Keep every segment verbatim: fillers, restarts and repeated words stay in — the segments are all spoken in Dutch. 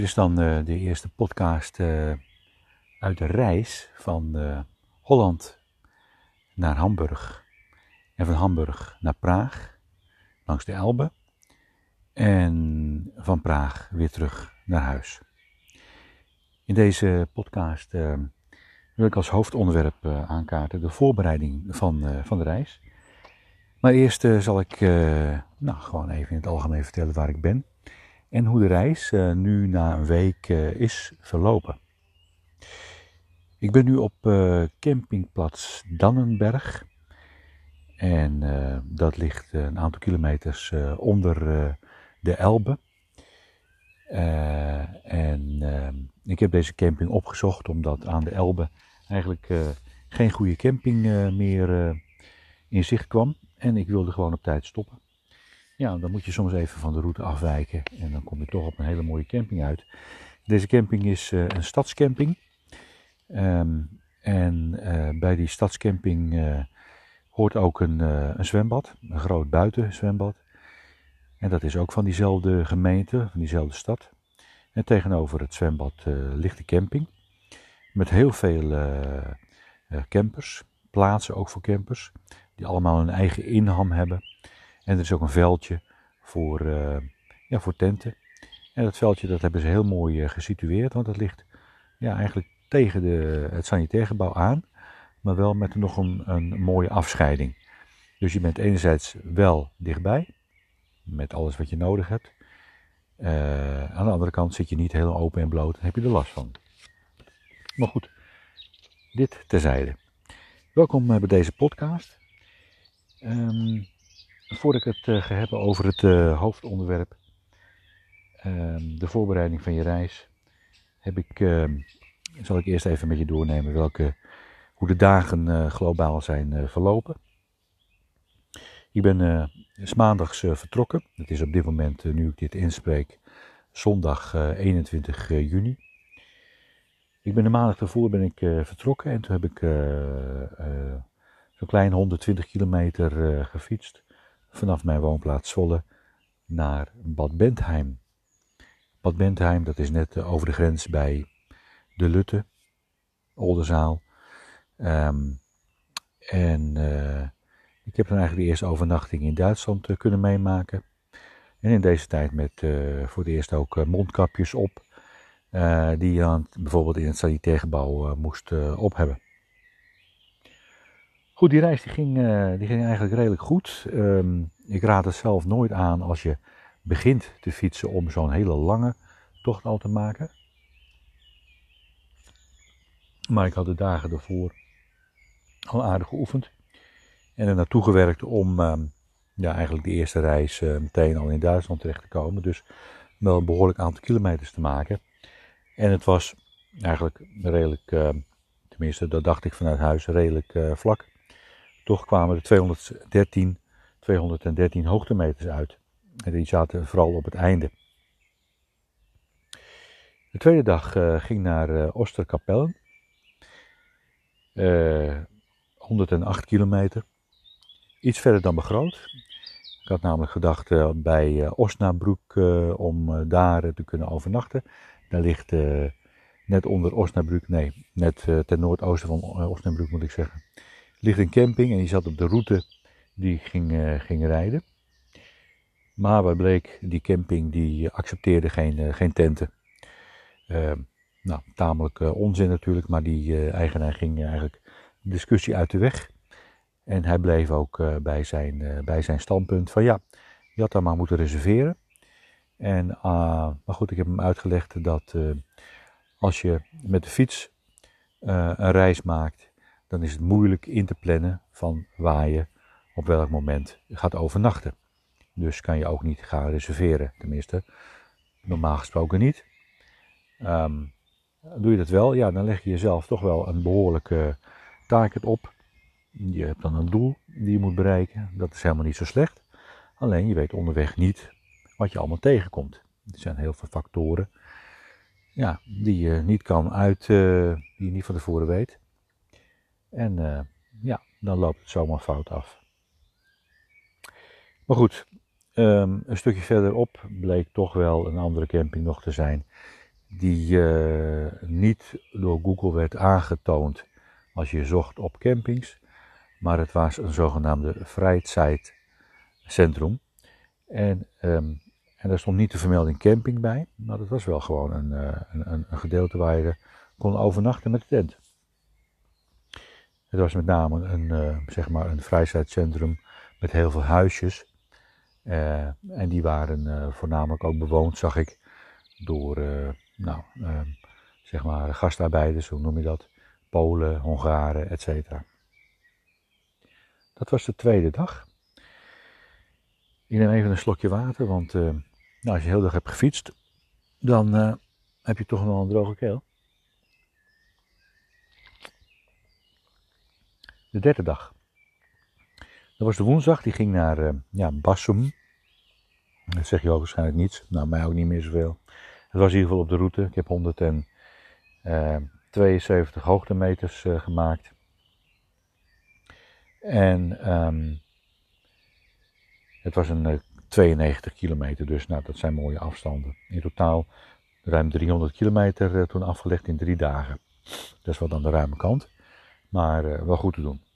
is dan uh, de eerste podcast uh, uit de reis van uh, Holland naar Hamburg en van Hamburg naar Praag langs de Elbe en van Praag weer terug naar huis. In deze podcast uh, wil ik als hoofdonderwerp uh, aankaarten de voorbereiding van, uh, van de reis. Maar eerst uh, zal ik uh, nou, gewoon even in het algemeen vertellen waar ik ben en hoe de reis uh, nu na een week uh, is verlopen. Ik ben nu op uh, campingplaats Dannenberg en uh, dat ligt uh, een aantal kilometers uh, onder uh, de Elbe. Uh, en uh, ik heb deze camping opgezocht omdat aan de Elbe eigenlijk uh, geen goede camping uh, meer uh, in zicht kwam. En ik wilde gewoon op tijd stoppen. Ja, dan moet je soms even van de route afwijken en dan kom je toch op een hele mooie camping uit. Deze camping is uh, een stadscamping. Um, en uh, bij die stadscamping uh, hoort ook een, uh, een zwembad, een groot buitenzwembad. En dat is ook van diezelfde gemeente, van diezelfde stad. En tegenover het zwembad uh, ligt de camping. Met heel veel uh, uh, campers, plaatsen ook voor campers. Die allemaal een eigen inham hebben. En er is ook een veldje voor, uh, ja, voor tenten. En dat veldje dat hebben ze heel mooi uh, gesitueerd. Want dat ligt ja, eigenlijk tegen de, het sanitairgebouw aan. Maar wel met nog een, een mooie afscheiding. Dus je bent enerzijds wel dichtbij. Met alles wat je nodig hebt. Uh, aan de andere kant zit je niet heel open en bloot. Dan heb je er last van. Maar goed, dit terzijde. Welkom uh, bij deze podcast. Um, voordat ik het uh, ga hebben over het uh, hoofdonderwerp. Um, de voorbereiding van je reis. Heb ik, uh, zal ik eerst even met je doornemen welke, hoe de dagen uh, globaal zijn uh, verlopen. Ik ben uh, 's maandags uh, vertrokken. Het is op dit moment, uh, nu ik dit inspreek, zondag uh, eenentwintig juni. Ik ben de maandag ervoor ben ik uh, vertrokken en toen heb ik uh, uh, zo'n klein honderdtwintig kilometer uh, gefietst vanaf mijn woonplaats Zwolle naar Bad Bentheim. Bad Bentheim, dat is net uh, over de grens bij de Lutte, Oldenzaal. Um, en uh, ik heb dan eigenlijk de eerste overnachting in Duitsland uh, kunnen meemaken. En in deze tijd met uh, voor het eerst ook uh, mondkapjes op. Uh, die je dan bijvoorbeeld in het sanitairgebouw uh, moest uh, op hebben. Goed, die reis die ging, uh, die ging eigenlijk redelijk goed. Um, ik raad het zelf nooit aan als je begint te fietsen om zo'n hele lange tocht al te maken. Maar ik had de dagen ervoor al aardig geoefend. En er naartoe gewerkt om um, ja, eigenlijk de eerste reis uh, meteen al in Duitsland terecht te komen. Dus wel een behoorlijk aantal kilometers te maken. En het was eigenlijk redelijk, uh, tenminste dat dacht ik vanuit huis, redelijk uh, vlak. Toch kwamen er tweehonderddertien, tweehonderddertien hoogtemeters uit. En die zaten vooral op het einde. De tweede dag uh, ging naar uh, Osterkapellen. Uh, honderdacht kilometer. Iets verder dan begroot. Ik had namelijk gedacht uh, bij uh, Osnabrück uh, om uh, daar uh, te kunnen overnachten. Daar ligt uh, net onder Osnabrück, nee, net uh, ten noordoosten van uh, Osnabrück moet ik zeggen, ligt een camping en die zat op de route die ging, uh, ging rijden. Maar wat bleek, die camping die accepteerde geen, uh, geen tenten. Uh, nou, tamelijk uh, onzin natuurlijk, maar die uh, eigenaar ging uh, eigenlijk de discussie uit de weg. En hij bleef ook uh, bij, zijn, uh, bij zijn standpunt van ja, je had daar maar moeten reserveren. En, uh, maar goed, ik heb hem uitgelegd dat uh, als je met de fiets uh, een reis maakt, dan is het moeilijk in te plannen van waar je op welk moment gaat overnachten. Dus kan je ook niet gaan reserveren, tenminste, normaal gesproken niet. Um, doe je dat wel, ja, dan leg je jezelf toch wel een behoorlijke target op. Je hebt dan een doel die je moet bereiken, dat is helemaal niet zo slecht. Alleen je weet onderweg niet wat je allemaal tegenkomt. Er zijn heel veel factoren ja, die je niet kan uit, uh, die je niet van tevoren weet. En uh, ja, dan loopt het zomaar fout af. Maar goed, um, een stukje verderop bleek toch wel een andere camping nog te zijn. die uh, niet door Google werd aangetoond als je zocht op campings, maar het was een zogenaamde Freizeit-centrum. En, um, en daar stond niet de vermelding camping bij, maar dat was wel gewoon een, uh, een, een gedeelte waar je kon overnachten met de tent. Het was met name een, uh, zeg maar een Vrijheidscentrum met heel veel huisjes. Uh, en die waren uh, voornamelijk ook bewoond, zag ik, door uh, nou, uh, zeg maar gastarbeiders, hoe noem je dat? Polen, Hongaren, et cetera. Dat was de tweede dag. Ik neem even een slokje water, want uh, nou, als je heel de dag hebt gefietst, dan uh, heb je toch nog een droge keel. De derde dag. Dat was de woensdag, die ging naar uh, ja, Bassum. Dat zeg je ook waarschijnlijk niets, nou mij ook niet meer zoveel. Het was in ieder geval op de route, ik heb honderdtweeënzeventig hoogtemeters uh, gemaakt. En um, het was een uh, tweeënnegentig kilometer, dus nou, dat zijn mooie afstanden. In totaal ruim driehonderd kilometer uh, toen afgelegd in drie dagen. Dat is wel aan de ruime kant, maar uh, wel goed te doen.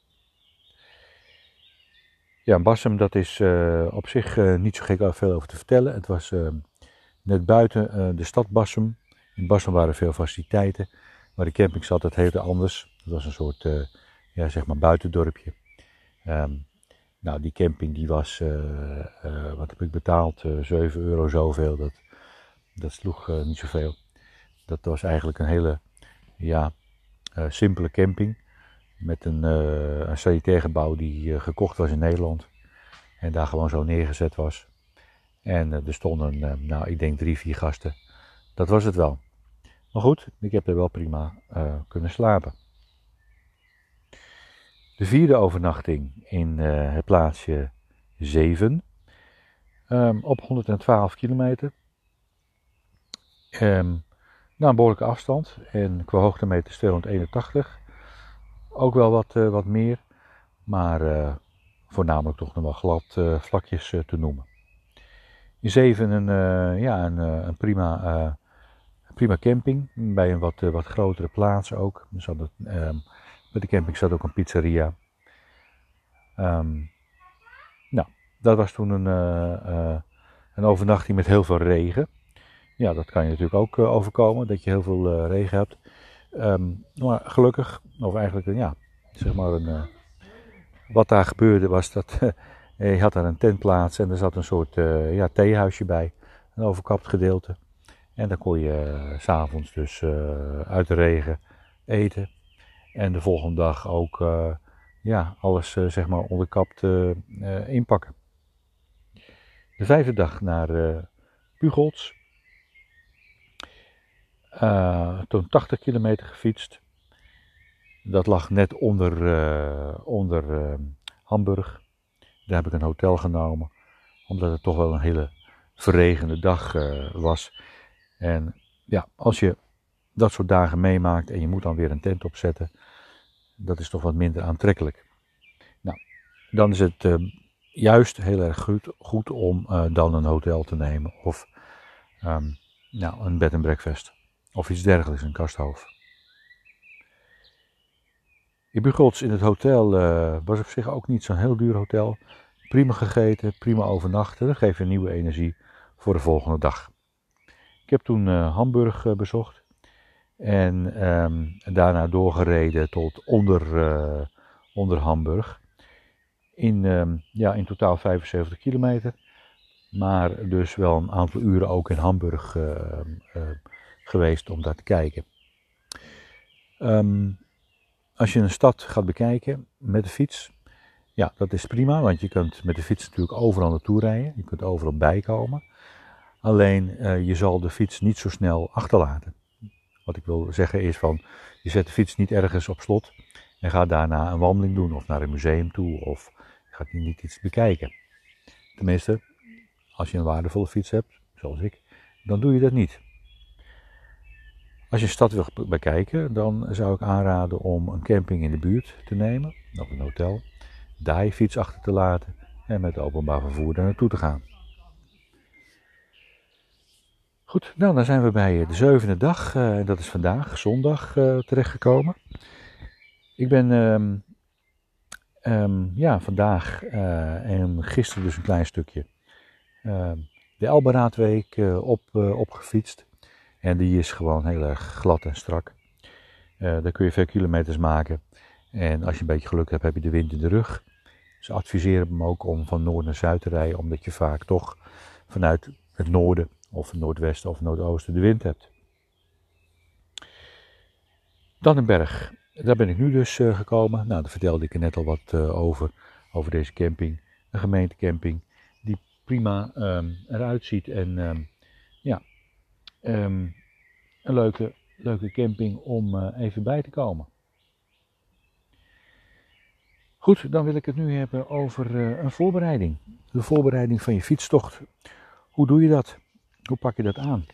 Ja, Bassum, dat is uh, op zich uh, niet zo gek veel over te vertellen. Het was uh, net buiten uh, de stad Bassum. In Bassum waren veel faciliteiten, maar de camping zat het heel anders. Het was een soort, uh, ja, zeg maar buitendorpje. Um, nou, die camping die was, uh, uh, wat heb ik betaald? Uh, zeven euro zoveel. Dat, dat sloeg uh, niet zoveel. Dat was eigenlijk een hele, ja, uh, simpele camping. Met een, uh, een sanitair gebouw die uh, gekocht was in Nederland. En daar gewoon zo neergezet was. En uh, er stonden, uh, nou ik denk drie, vier gasten. Dat was het wel. Maar goed, ik heb er wel prima uh, kunnen slapen. De vierde overnachting in uh, het plaatsje zeven. Um, op honderdtwaalf kilometer. Um, nou, een behoorlijke afstand. En qua hoogtemeters tweehonderdeenentachtig. Ook wel wat, uh, wat meer, maar uh, voornamelijk toch nog wel glad uh, vlakjes uh, te noemen. In zeven een, uh, ja, een, uh, een prima, uh, prima camping, bij een wat, uh, wat grotere plaats ook. Er zat het, um, bij de camping zat ook een pizzeria. Um, nou, dat was toen een, uh, uh, een overnachting met heel veel regen. Ja, dat kan je natuurlijk ook uh, overkomen, dat je heel veel uh, regen hebt. Um, maar gelukkig, of eigenlijk ja, zeg maar een, uh, wat daar gebeurde was dat uh, je had daar een tentplaats en er zat een soort uh, ja, theehuisje bij, een overkapt gedeelte. En dan kon je uh, 's avonds dus uh, uit de regen eten en de volgende dag ook uh, ja, alles uh, zeg maar onderkapt uh, uh, inpakken. De vijfde dag naar uh, Pugels. Uh, toen tachtig kilometer gefietst. Dat lag net onder, uh, onder uh, Hamburg. Daar heb ik een hotel genomen. Omdat het toch wel een hele verregende dag uh, was. En ja, als je dat soort dagen meemaakt en je moet dan weer een tent opzetten. Dat is toch wat minder aantrekkelijk. Nou, dan is het uh, juist heel erg goed, goed om uh, dan een hotel te nemen. Of um, nou, een bed en breakfast. Of iets dergelijks, een kasthoofd. In Buchholz in het hotel uh, was op zich ook niet zo'n heel duur hotel. Prima gegeten, prima overnachten. Dat geeft een nieuwe energie voor de volgende dag. Ik heb toen uh, Hamburg uh, bezocht. En um, daarna doorgereden tot onder, uh, onder Hamburg. In, um, ja, in totaal vijfenzeventig kilometer. Maar dus wel een aantal uren ook in Hamburg uh, uh, geweest om daar te kijken. Um, als je een stad gaat bekijken met de fiets, ja, dat is prima, want je kunt met de fiets natuurlijk overal naartoe rijden. Je kunt overal bijkomen. Alleen uh, je zal de fiets niet zo snel achterlaten. Wat ik wil zeggen is van, je zet de fiets niet ergens op slot en gaat daarna een wandeling doen of naar een museum toe of je gaat niet iets bekijken. Tenminste, als je een waardevolle fiets hebt, zoals ik, dan doe je dat niet. Als je een stad wil bekijken, dan zou ik aanraden om een camping in de buurt te nemen, of een hotel, daar je fiets achter te laten en met openbaar vervoer daar naartoe te gaan. Goed, nou dan zijn we bij de zevende dag, en uh, dat is vandaag, zondag, uh, terechtgekomen. Ik ben um, um, ja, vandaag uh, en gisteren dus een klein stukje uh, de Elberaadweek uh, op, uh, opgefietst. En die is gewoon heel erg glad en strak. Uh, daar kun je veel kilometers maken. En als je een beetje geluk hebt, heb je de wind in de rug. Ze adviseren hem ook om van noord naar zuid te rijden, omdat je vaak toch vanuit het noorden of het noordwesten of het noordoosten de wind hebt. Dan een berg. Daar ben ik nu dus uh, gekomen. Nou, daar vertelde ik er net al wat uh, over, over deze camping. Een gemeentecamping die prima um, eruit ziet en um, ja, um, een leuke, leuke camping om uh, even bij te komen. Goed, dan wil ik het nu hebben over uh, een voorbereiding. De voorbereiding van je fietstocht. Hoe doe je dat? Hoe pak je dat aan?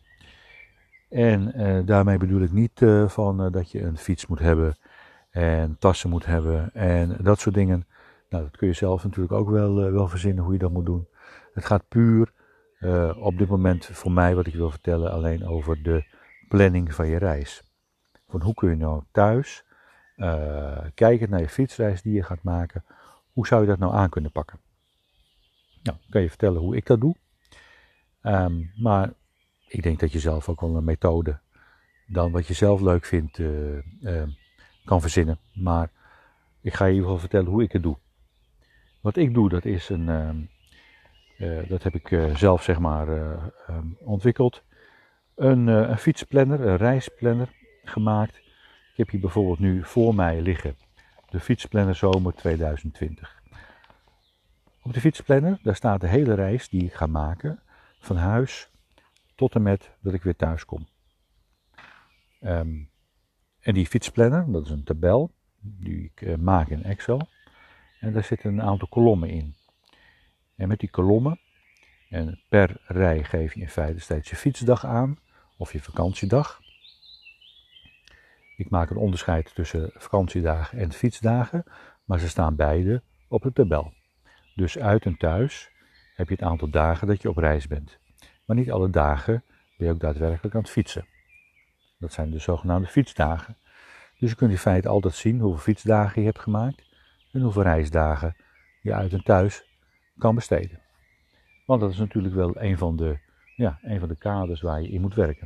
En uh, daarmee bedoel ik niet uh, van uh, dat je een fiets moet hebben en tassen moet hebben en dat soort dingen. Nou, dat kun je zelf natuurlijk ook wel, uh, wel verzinnen hoe je dat moet doen. Het gaat puur uh, op dit moment voor mij wat ik wil vertellen alleen over de planning van je reis. Van hoe kun je nou thuis, uh, kijken naar je fietsreis die je gaat maken, hoe zou je dat nou aan kunnen pakken? Nou, ik kan je vertellen hoe ik dat doe. Um, maar ik denk dat je zelf ook wel een methode dan wat je zelf leuk vindt uh, uh, kan verzinnen. Maar ik ga je in ieder geval vertellen hoe ik het doe. Wat ik doe, dat is een, uh, uh, dat heb ik uh, zelf zeg maar uh, um, ontwikkeld. Een, uh, een fietsplanner, een reisplanner gemaakt. Ik heb hier bijvoorbeeld nu voor mij liggen de fietsplanner zomer tweeduizend twintig. Op de fietsplanner, daar staat de hele reis die ik ga maken van huis tot en met dat ik weer thuis kom. Um, en die fietsplanner, dat is een tabel die ik uh, maak in Excel. En daar zitten een aantal kolommen in. En met die kolommen, en per rij geef je in feite steeds je fietsdag aan, of je vakantiedag. Ik maak een onderscheid tussen vakantiedagen en fietsdagen, maar ze staan beide op de tabel. Dus uit en thuis heb je het aantal dagen dat je op reis bent. Maar niet alle dagen ben je ook daadwerkelijk aan het fietsen. Dat zijn de zogenaamde fietsdagen. Dus je kunt in feite altijd zien hoeveel fietsdagen je hebt gemaakt en hoeveel reisdagen je uit en thuis kan besteden. Want dat is natuurlijk wel een van de, ja, een van de kaders waar je in moet werken.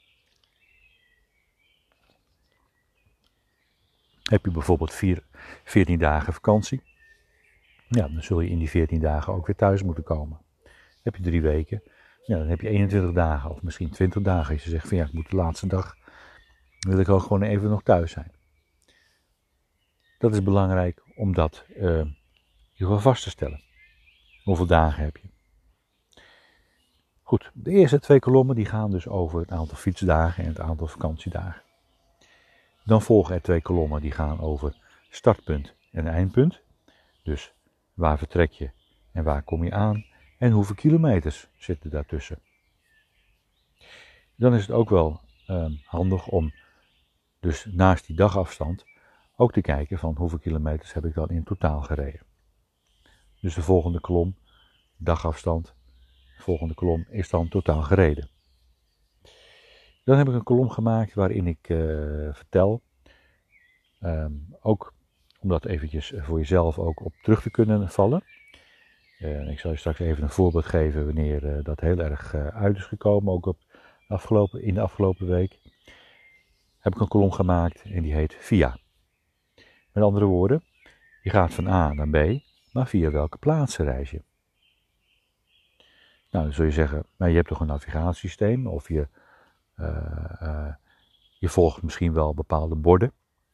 Heb je bijvoorbeeld vier, veertien dagen vakantie, ja, dan zul je in die veertien dagen ook weer thuis moeten komen. Heb je drie weken, ja, dan heb je eenentwintig dagen of misschien twintig dagen. Als je zegt van ja, ik moet de laatste dag, wil ik ook gewoon even nog thuis zijn. Dat is belangrijk om dat uh, in ieder geval vast te stellen. Hoeveel dagen heb je? Goed, de eerste twee kolommen die gaan dus over het aantal fietsdagen en het aantal vakantiedagen. Dan volgen er twee kolommen die gaan over startpunt en eindpunt. Dus waar vertrek je en waar kom je aan en hoeveel kilometers zitten daartussen. Dan is het ook wel uh, handig om dus naast die dagafstand ook te kijken van hoeveel kilometers heb ik dan in totaal gereden. Dus de volgende kolom, dagafstand, de volgende kolom is dan totaal gereden. Dan heb ik een kolom gemaakt waarin ik uh, vertel, um, ook om dat eventjes voor jezelf ook op terug te kunnen vallen. Uh, ik zal je straks even een voorbeeld geven wanneer uh, dat heel erg uh, uit is gekomen, ook op afgelopen, in de afgelopen week. Heb ik een kolom gemaakt en die heet via. Met andere woorden, je gaat van A naar B, maar via welke plaatsen reis je? Nou, dan zul je zeggen, maar je hebt toch een navigatiesysteem of je, uh, uh, je volgt misschien wel bepaalde borden.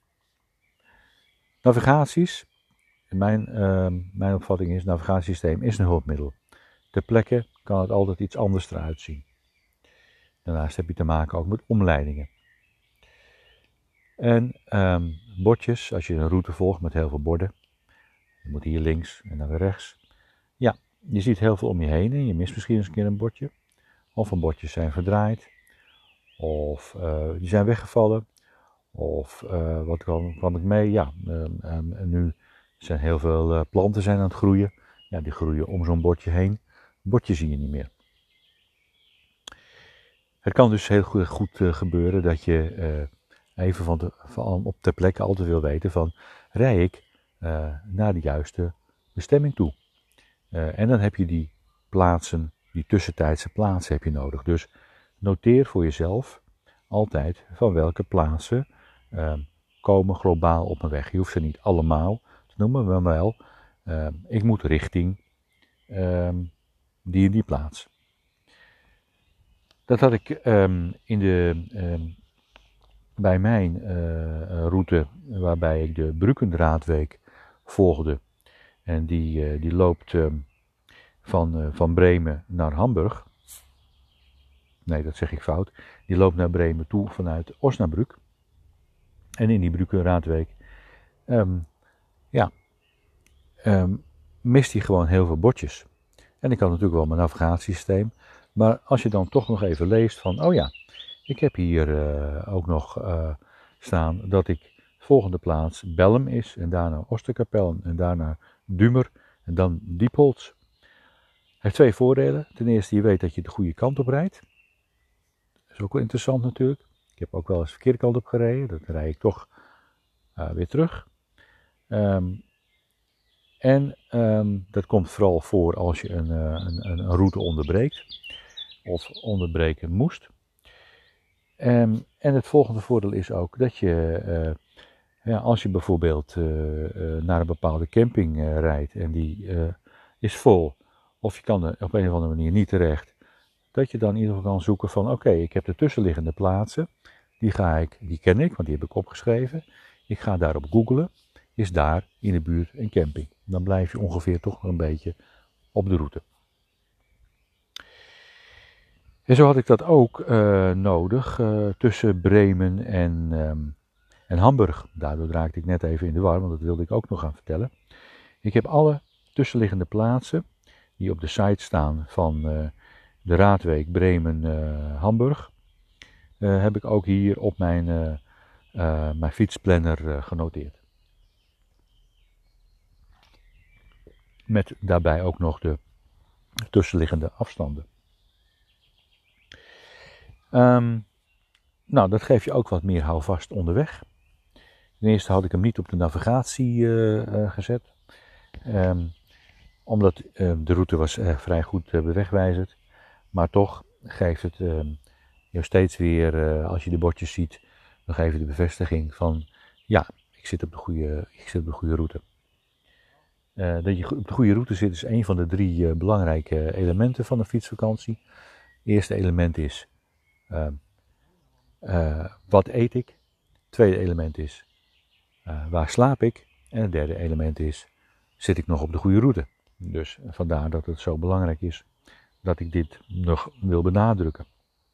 Navigaties, mijn, uh, mijn opvatting is, navigatiesysteem is een hulpmiddel. Ter plekke kan het altijd iets anders eruit zien. Daarnaast heb je te maken ook met omleidingen. En um, bordjes, als je een route volgt met heel veel borden. Je moet hier links en dan weer rechts. Ja, je ziet heel veel om je heen en je mist misschien eens een keer een bordje. Of een bordjes zijn verdraaid. Of uh, die zijn weggevallen. Of uh, wat kwam, kwam ik mee? Ja, um, um, nu zijn heel veel uh, planten zijn aan het groeien. Ja, die groeien om zo'n bordje heen. Bordje zie je niet meer. Het kan dus heel goed, goed uh, gebeuren dat je uh, even van, de, van op ter plekke altijd wil weten van, rij ik uh, naar de juiste bestemming toe. Uh, en dan heb je die plaatsen, die tussentijdse plaatsen heb je nodig. Dus noteer voor jezelf altijd van welke plaatsen uh, komen globaal op mijn weg. Je hoeft ze niet allemaal te noemen, maar wel, uh, ik moet richting uh, die en die plaats. Dat had ik um, in de, um, bij mijn uh, route, waarbij ik de Brückenradweg volgde. En die, uh, die loopt um, van, uh, van Bremen naar Hamburg. Nee, dat zeg ik fout. Die loopt naar Bremen toe vanuit Osnabrück. En in die Brückenradweg, um, ja, um, mist hij gewoon heel veel bordjes. En ik had natuurlijk wel mijn navigatiesysteem. Maar als je dan toch nog even leest van, oh ja, ik heb hier uh, ook nog uh, staan dat ik volgende plaats Bellem is. En daarna Osterkapellen en daarna Dumer en dan Diepholz. Heeft twee voordelen. Ten eerste, je weet dat je de goede kant op rijdt. Dat is ook wel interessant natuurlijk. Ik heb ook wel eens de verkeerde kant op gereden. Dan rijd ik toch uh, weer terug. Um, en um, dat komt vooral voor als je een, uh, een, een route onderbreekt. Of onderbreken moest. Um, en het volgende voordeel is ook dat je, uh, ja, als je bijvoorbeeld uh, uh, naar een bepaalde camping uh, rijdt en die uh, is vol, of je kan er op een of andere manier niet terecht, dat je dan in ieder geval kan zoeken van, oké, okay, ik heb de tussenliggende plaatsen, die ga ik, die ken ik, want die heb ik opgeschreven. Ik ga daarop googlen, is daar in de buurt een camping. Dan blijf je ongeveer toch een beetje op de route. En zo had ik dat ook uh, nodig uh, tussen Bremen en, um, en Hamburg. Daardoor raakte ik net even in de war, want dat wilde ik ook nog gaan vertellen. Ik heb alle tussenliggende plaatsen die op de site staan van uh, de Raadweg Bremen-Hamburg, uh, uh, heb ik ook hier op mijn, uh, uh, mijn fietsplanner uh, genoteerd. Met daarbij ook nog de tussenliggende afstanden. Um, nou, dat geeft je ook wat meer houvast onderweg. Ten eerste had ik hem niet op de navigatie uh, uh, gezet. Um, omdat uh, de route was uh, vrij goed uh, bewegwijzerd. Maar toch geeft het uh, je steeds weer, uh, als je de bordjes ziet, dan geeft het de bevestiging van, ja, ik zit op de goede, ik zit op de goede route. Uh, dat je op de goede route zit is een van de drie uh, belangrijke elementen van een fietsvakantie. Het eerste element is, uh, uh, wat eet ik? Het tweede element is, uh, waar slaap ik? En het derde element is, zit ik nog op de goede route? Dus vandaar dat het zo belangrijk is dat ik dit nog wil benadrukken.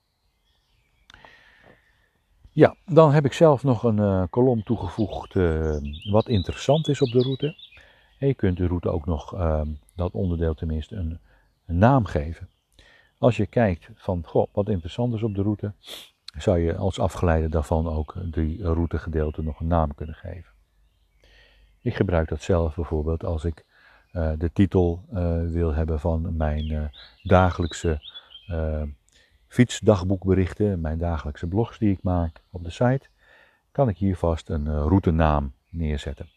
Ja, dan heb ik zelf nog een uh, kolom toegevoegd uh, wat interessant is op de route. En je kunt de route ook nog, uh, dat onderdeel tenminste, een, een naam geven. Als je kijkt van, goh, wat interessant is op de route, zou je als afgeleide daarvan ook die routegedeelte nog een naam kunnen geven. Ik gebruik dat zelf bijvoorbeeld als ik uh, de titel uh, wil hebben van mijn uh, dagelijkse uh, fietsdagboekberichten, mijn dagelijkse blogs die ik maak op de site, kan ik hier vast een uh, routenaam neerzetten.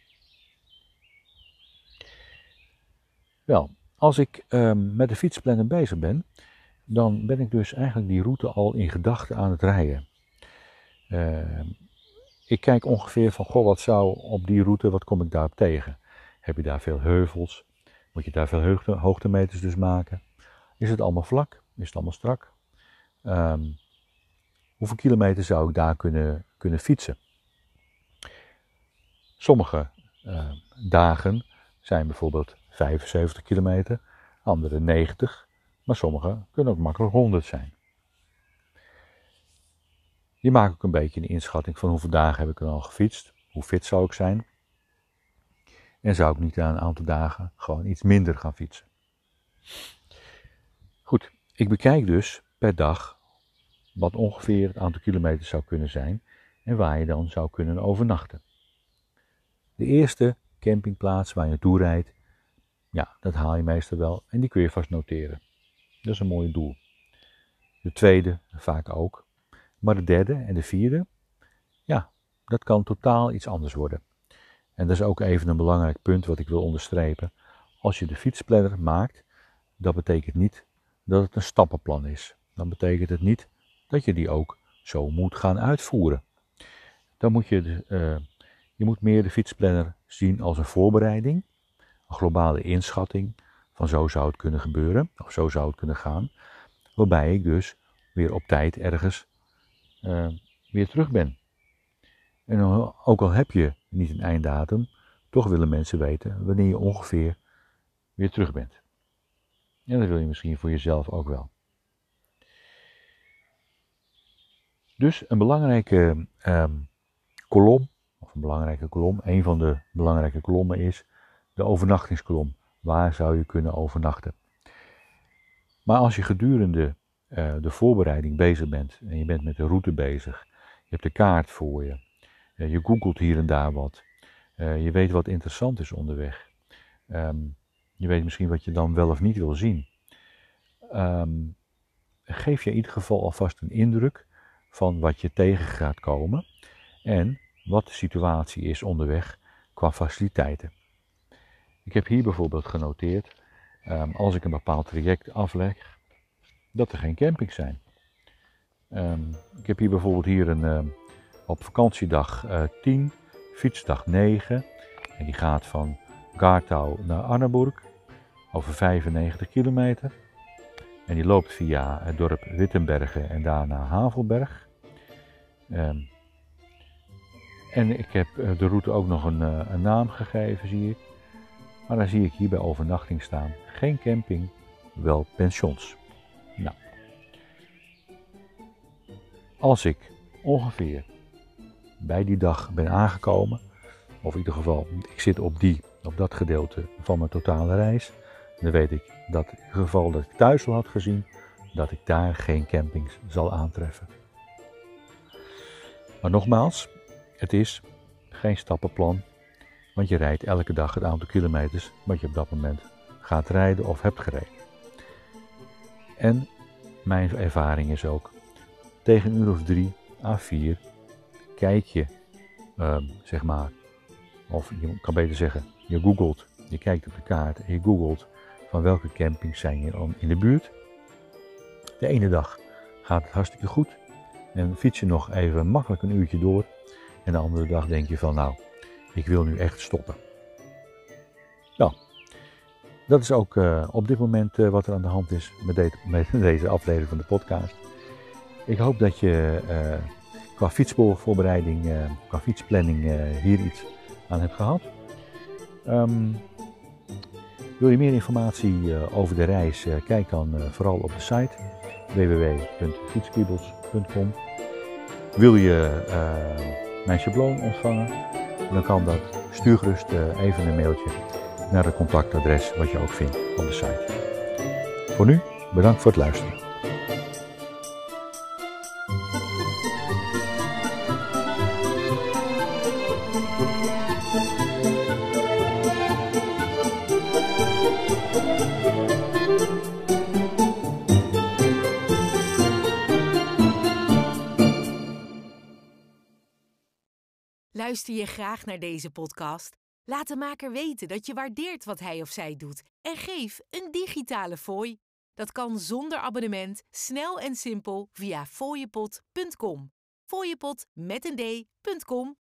Wel, als ik uh, met de fietsplanner bezig ben, dan ben ik dus eigenlijk die route al in gedachten aan het rijden. Uh, ik kijk ongeveer van, goh, wat zou op die route, wat kom ik daarop tegen? Heb je daar veel heuvels? Moet je daar veel hoogte, hoogtemeters dus maken? Is het allemaal vlak? Is het allemaal strak? Um, hoeveel kilometer zou ik daar kunnen, kunnen fietsen? Sommige uh, dagen zijn bijvoorbeeld vijfenzeventig kilometer, andere negentig, maar sommige kunnen ook makkelijk honderd zijn. Je maakt ook een beetje een inschatting van hoeveel dagen heb ik er al gefietst, hoe fit zou ik zijn. En zou ik niet na een aantal dagen gewoon iets minder gaan fietsen. Goed, ik bekijk dus per dag wat ongeveer het aantal kilometers zou kunnen zijn en waar je dan zou kunnen overnachten. De eerste campingplaats waar je naartoe rijdt, ja, dat haal je meestal wel en die kun je vast noteren. Dat is een mooi doel. De tweede vaak ook. Maar de derde en de vierde, ja, dat kan totaal iets anders worden. En dat is ook even een belangrijk punt wat ik wil onderstrepen. Als je de fietsplanner maakt, dat betekent niet dat het een stappenplan is. Dan betekent het niet dat je die ook zo moet gaan uitvoeren. Dan moet je, uh, je moet meer de fietsplanner zien als een voorbereiding, een globale inschatting van zo zou het kunnen gebeuren, of zo zou het kunnen gaan, waarbij ik dus weer op tijd ergens uh, weer terug ben. En ook al heb je niet een einddatum, toch willen mensen weten wanneer je ongeveer weer terug bent. En dat wil je misschien voor jezelf ook wel. Dus een belangrijke um, kolom, of een belangrijke kolom, een van de belangrijke kolommen is de overnachtingskolom. Waar zou je kunnen overnachten? Maar als je gedurende uh, de voorbereiding bezig bent en je bent met de route bezig, je hebt de kaart voor je, uh, je googelt hier en daar wat, uh, je weet wat interessant is onderweg, um, je weet misschien wat je dan wel of niet wil zien. Um, geef je in ieder geval alvast een indruk van wat je tegen gaat komen en wat de situatie is onderweg qua faciliteiten. Ik heb hier bijvoorbeeld genoteerd, um, als ik een bepaald traject afleg, dat er geen campings zijn. Um, ik heb hier bijvoorbeeld hier een, um, op vakantiedag uh, tien, fietsdag negen, en die gaat van Gartau naar Arneburg, over vijfennegentig kilometer. En die loopt via het dorp Wittenbergen en daarna Havelberg. Um, en ik heb de route ook nog een, een naam gegeven, zie ik. Maar dan zie ik hier bij overnachting staan. Geen camping, wel pensions. Nou, als ik ongeveer bij die dag ben aangekomen, of in ieder geval ik zit op, die, op dat gedeelte van mijn totale reis, dan weet ik dat in het geval dat ik thuis al had gezien, dat ik daar geen campings zal aantreffen. Maar nogmaals, het is geen stappenplan, want je rijdt elke dag het aantal kilometers wat je op dat moment gaat rijden of hebt gereden. En mijn ervaring is ook, tegen een uur of drie à vier kijk je, uh, zeg maar, of je kan beter zeggen, je googelt, je kijkt op de kaart en je googelt van welke campings zijn hier in de buurt. De ene dag gaat het hartstikke goed en fiets je nog even makkelijk een uurtje door. En de andere dag denk je van nou, ik wil nu echt stoppen. Nou, dat is ook uh, op dit moment uh, wat er aan de hand is met, de, met deze aflevering van de podcast. Ik hoop dat je uh, qua fietsvoorbereiding, uh, qua fietsplanning uh, hier iets aan hebt gehad. Um, wil je meer informatie uh, over de reis, uh, kijk dan uh, vooral op de site w w w punt fietskriebels punt com. Wil je uh, mijn schabloon ontvangen, dan kan dat. Stuur gerust uh, even een mailtje naar het contactadres wat je ook vindt op de site. Voor nu, bedankt voor het luisteren. Luister je graag naar deze podcast? Laat de maker weten dat je waardeert wat hij of zij doet en geef een digitale fooi. Dat kan zonder abonnement, snel en simpel via fooiepot punt com. Fooiepot met een d punt com